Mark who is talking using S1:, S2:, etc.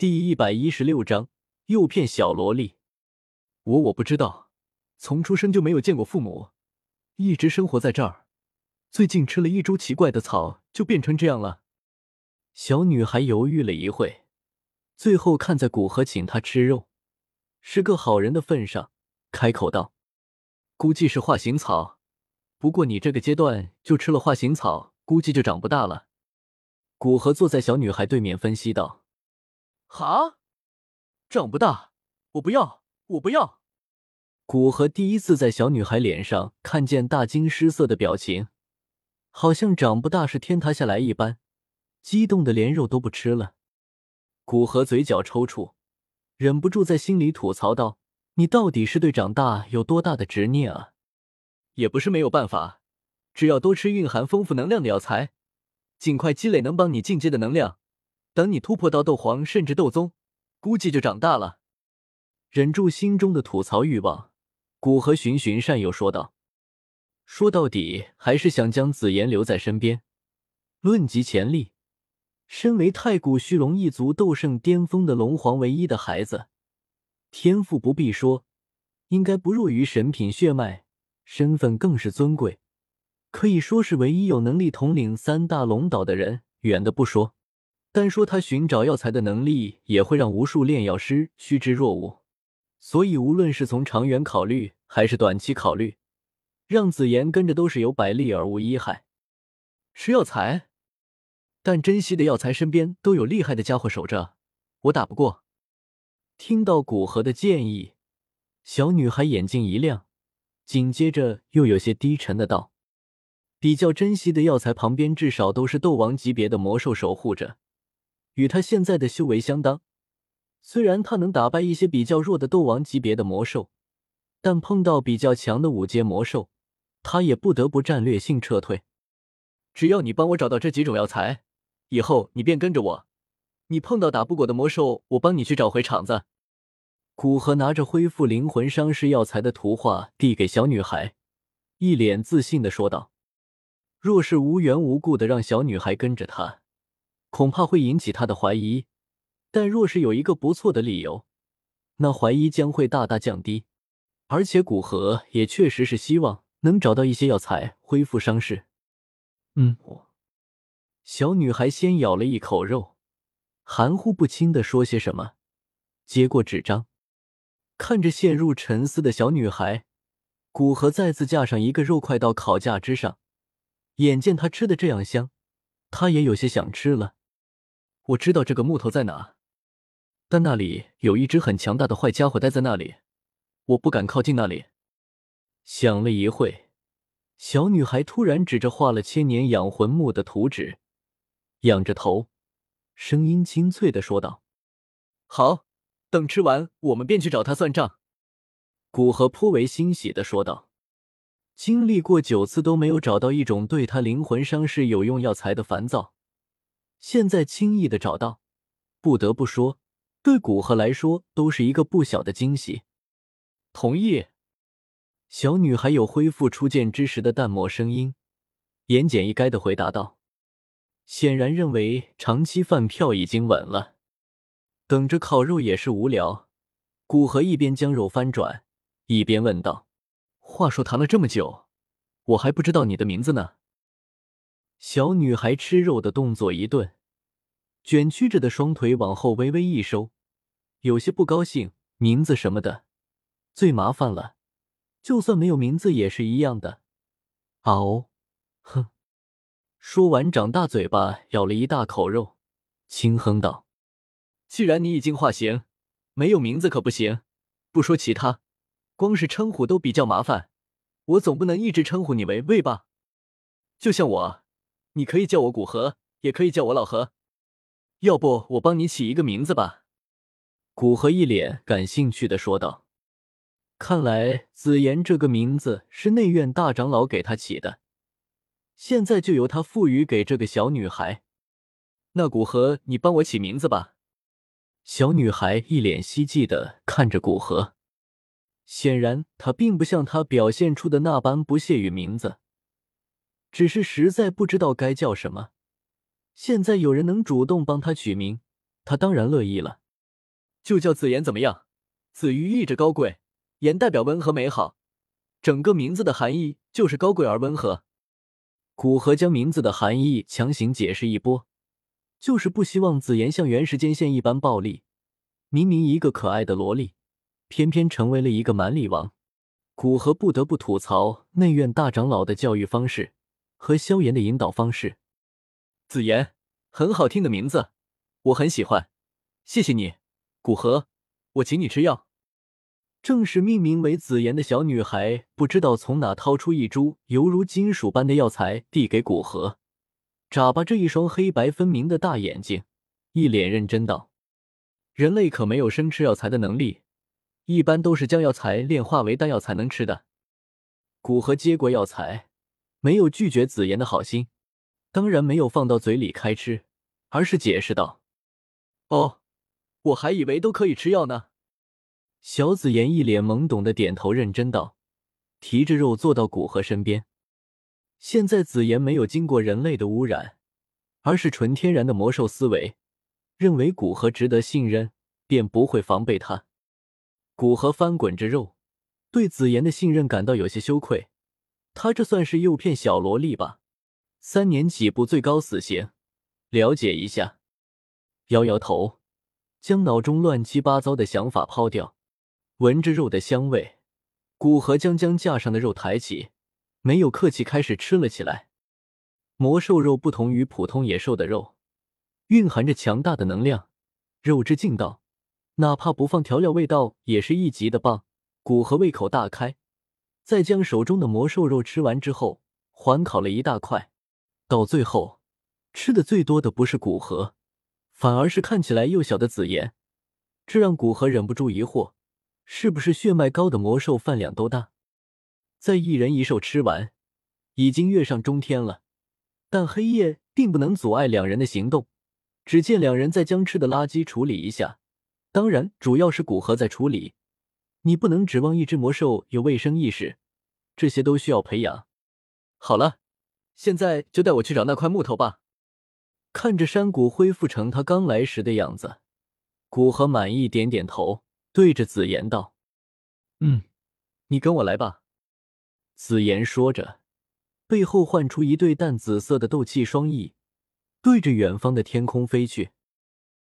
S1: 第116章，诱骗小萝莉。我不知道，从出生就没有见过父母，一直生活在这儿。最近吃了一株奇怪的草，就变成这样了。小女孩犹豫了一会，最后看在古河请她吃肉，是个好人的份上，开口道：“估计是化形草，不过你这个阶段就吃了化形草，估计就长不大了。”古河坐在小女孩对面分析道：“哈？长不大，我不要，我不要！”古河第一次在小女孩脸上看见大惊失色的表情，好像长不大是天塌下来一般，激动的连肉都不吃了。古河嘴角抽搐，忍不住在心里吐槽道：“你到底是对长大有多大的执念啊？”也不是没有办法，只要多吃蕴含丰富能量的药材，尽快积累能帮你进阶的能量，等你突破到斗皇甚至斗宗，估计就长大了。忍住心中的吐槽欲望，古河循循善诱说道：“说到底还是想将紫妍留在身边。论及潜力，身为太古虚龙一族斗圣巅峰的龙皇唯一的孩子，天赋不必说，应该不弱于神品血脉，身份更是尊贵，可以说是唯一有能力统领3大龙岛的人。远的不说，单说他寻找药材的能力，也会让无数炼药师趋之若鹜。所以无论是从长远考虑，还是短期考虑，让紫妍跟着都是有百利而无一害。吃药材？但珍稀的药材身边都有厉害的家伙守着，我打不过。”听到古河的建议，小女孩眼睛一亮，紧接着又有些低沉的道：“比较珍稀的药材旁边至少都是斗王级别的魔兽守护着，与她现在的修为相当。虽然她能打败一些比较弱的斗王级别的魔兽，但碰到比较强的5阶魔兽，她也不得不战略性撤退。只要你帮我找到这几种药材，以后你便跟着我，你碰到打不过的魔兽，我帮你去找回场子。”古河拿着恢复灵魂伤势药材的图画递给小女孩，一脸自信地说道：“若是无缘无故的让小女孩跟着他，恐怕会引起她的怀疑，但若是有一个不错的理由，那怀疑将会大大降低。而且古河也确实是希望能找到一些药材恢复伤势。”小女孩先咬了一口肉，含糊不清地说些什么，接过纸张，看着陷入沉思的小女孩，古河再次架上一个肉块到烤架之上，眼见她吃的这样香，他也有些想吃了。“我知道这个木头在哪，但那里有一只很强大的坏家伙待在那里，我不敢靠近那里。”想了一会，小女孩突然指着画了千年养魂木的图纸，仰着头，声音清脆地说道：“好，等吃完我们便去找他算账。”古河颇为欣喜地说道：“经历过9次都没有找到一种对他灵魂伤势有用药材的烦躁，现在轻易地找到，不得不说，对古河来说都是一个不小的惊喜。”“同意。”小女孩有恢复初见之时的淡漠声音，言简意赅地回答道，显然认为长期饭票已经稳了，等着烤肉也是无聊。古河一边将肉翻转，一边问道：“话说谈了这么久，我还不知道你的名字呢。”小女孩吃肉的动作一顿，卷曲着的双腿往后微微一收，有些不高兴：“名字什么的，最麻烦了，就算没有名字也是一样的。”“哦，哼。”说完长大嘴巴咬了一大口肉，轻哼道：“既然你已经化形，没有名字可不行，不说其他，光是称呼都比较麻烦，我总不能一直称呼你为魏吧？就像我，你可以叫我古河，也可以叫我老何，要不我帮你起一个名字吧？”古河一脸感兴趣地说道。看来紫妍这个名字是内院大长老给他起的，现在就由他赋予给这个小女孩。“那古河，你帮我起名字吧。”小女孩一脸希冀地看着古河，显然她并不像她表现出的那般不屑于名字，只是实在不知道该叫什么。现在有人能主动帮她取名，她当然乐意了。 就叫子言怎么样？子寓意着高贵，言代表温和美好，整个名字的含义就是高贵而温和。古河将名字的含义强行解释一波，就是不希望子言像原时间线一般暴力。明明一个可爱的萝莉，偏偏成为了一个蛮力王。古河不得不吐槽内院大长老的教育方式和萧炎的引导方式。子言，很好听的名字，我很喜欢，谢谢你。古河，我请你吃药。正是命名为子言的小女孩不知道从哪掏出一株犹如金属般的药材递给古河，眨巴着一双黑白分明的大眼睛，一脸认真道：人类可没有生吃药材的能力，一般都是将药材炼化为丹药才能吃的。古河接过药材，没有拒绝子言的好心，当然没有放到嘴里开吃，而是解释道：哦，我还以为都可以吃药呢。小紫妍一脸懵懂的点头认真道，提着肉坐到古河身边。现在紫妍没有经过人类的污染，而是纯天然的魔兽思维，认为古河值得信任，便不会防备他。古河翻滚着肉，对紫妍的信任感到有些羞愧，他这算是诱骗小萝莉吧？3年起步最高死刑，了解一下。摇摇头，将脑中乱七八糟的想法抛掉。闻着肉的香味，古河将架上的肉抬起，没有客气开始吃了起来。魔兽肉不同于普通野兽的肉，蕴含着强大的能量，肉质劲道，哪怕不放调料味道也是一级的棒。古河胃口大开，在将手中的魔兽肉吃完之后，环烤了一大块。到最后，吃的最多的不是古河，反而是看起来幼小的紫妍，这让古河忍不住疑惑，是不是血脉高的魔兽饭量都大？在一人一兽吃完，已经跃上中天了，但黑夜并不能阻碍两人的行动。只见两人在将吃的垃圾处理一下，当然主要是古河在处理。你不能指望一只魔兽有卫生意识，这些都需要培养。好了，现在就带我去找那块木头吧。看着山谷恢复成他刚来时的样子，古河满意点点头，对着紫妍道：你跟我来吧。紫妍说着，背后唤出一对淡紫色的斗气双翼，对着远方的天空飞去。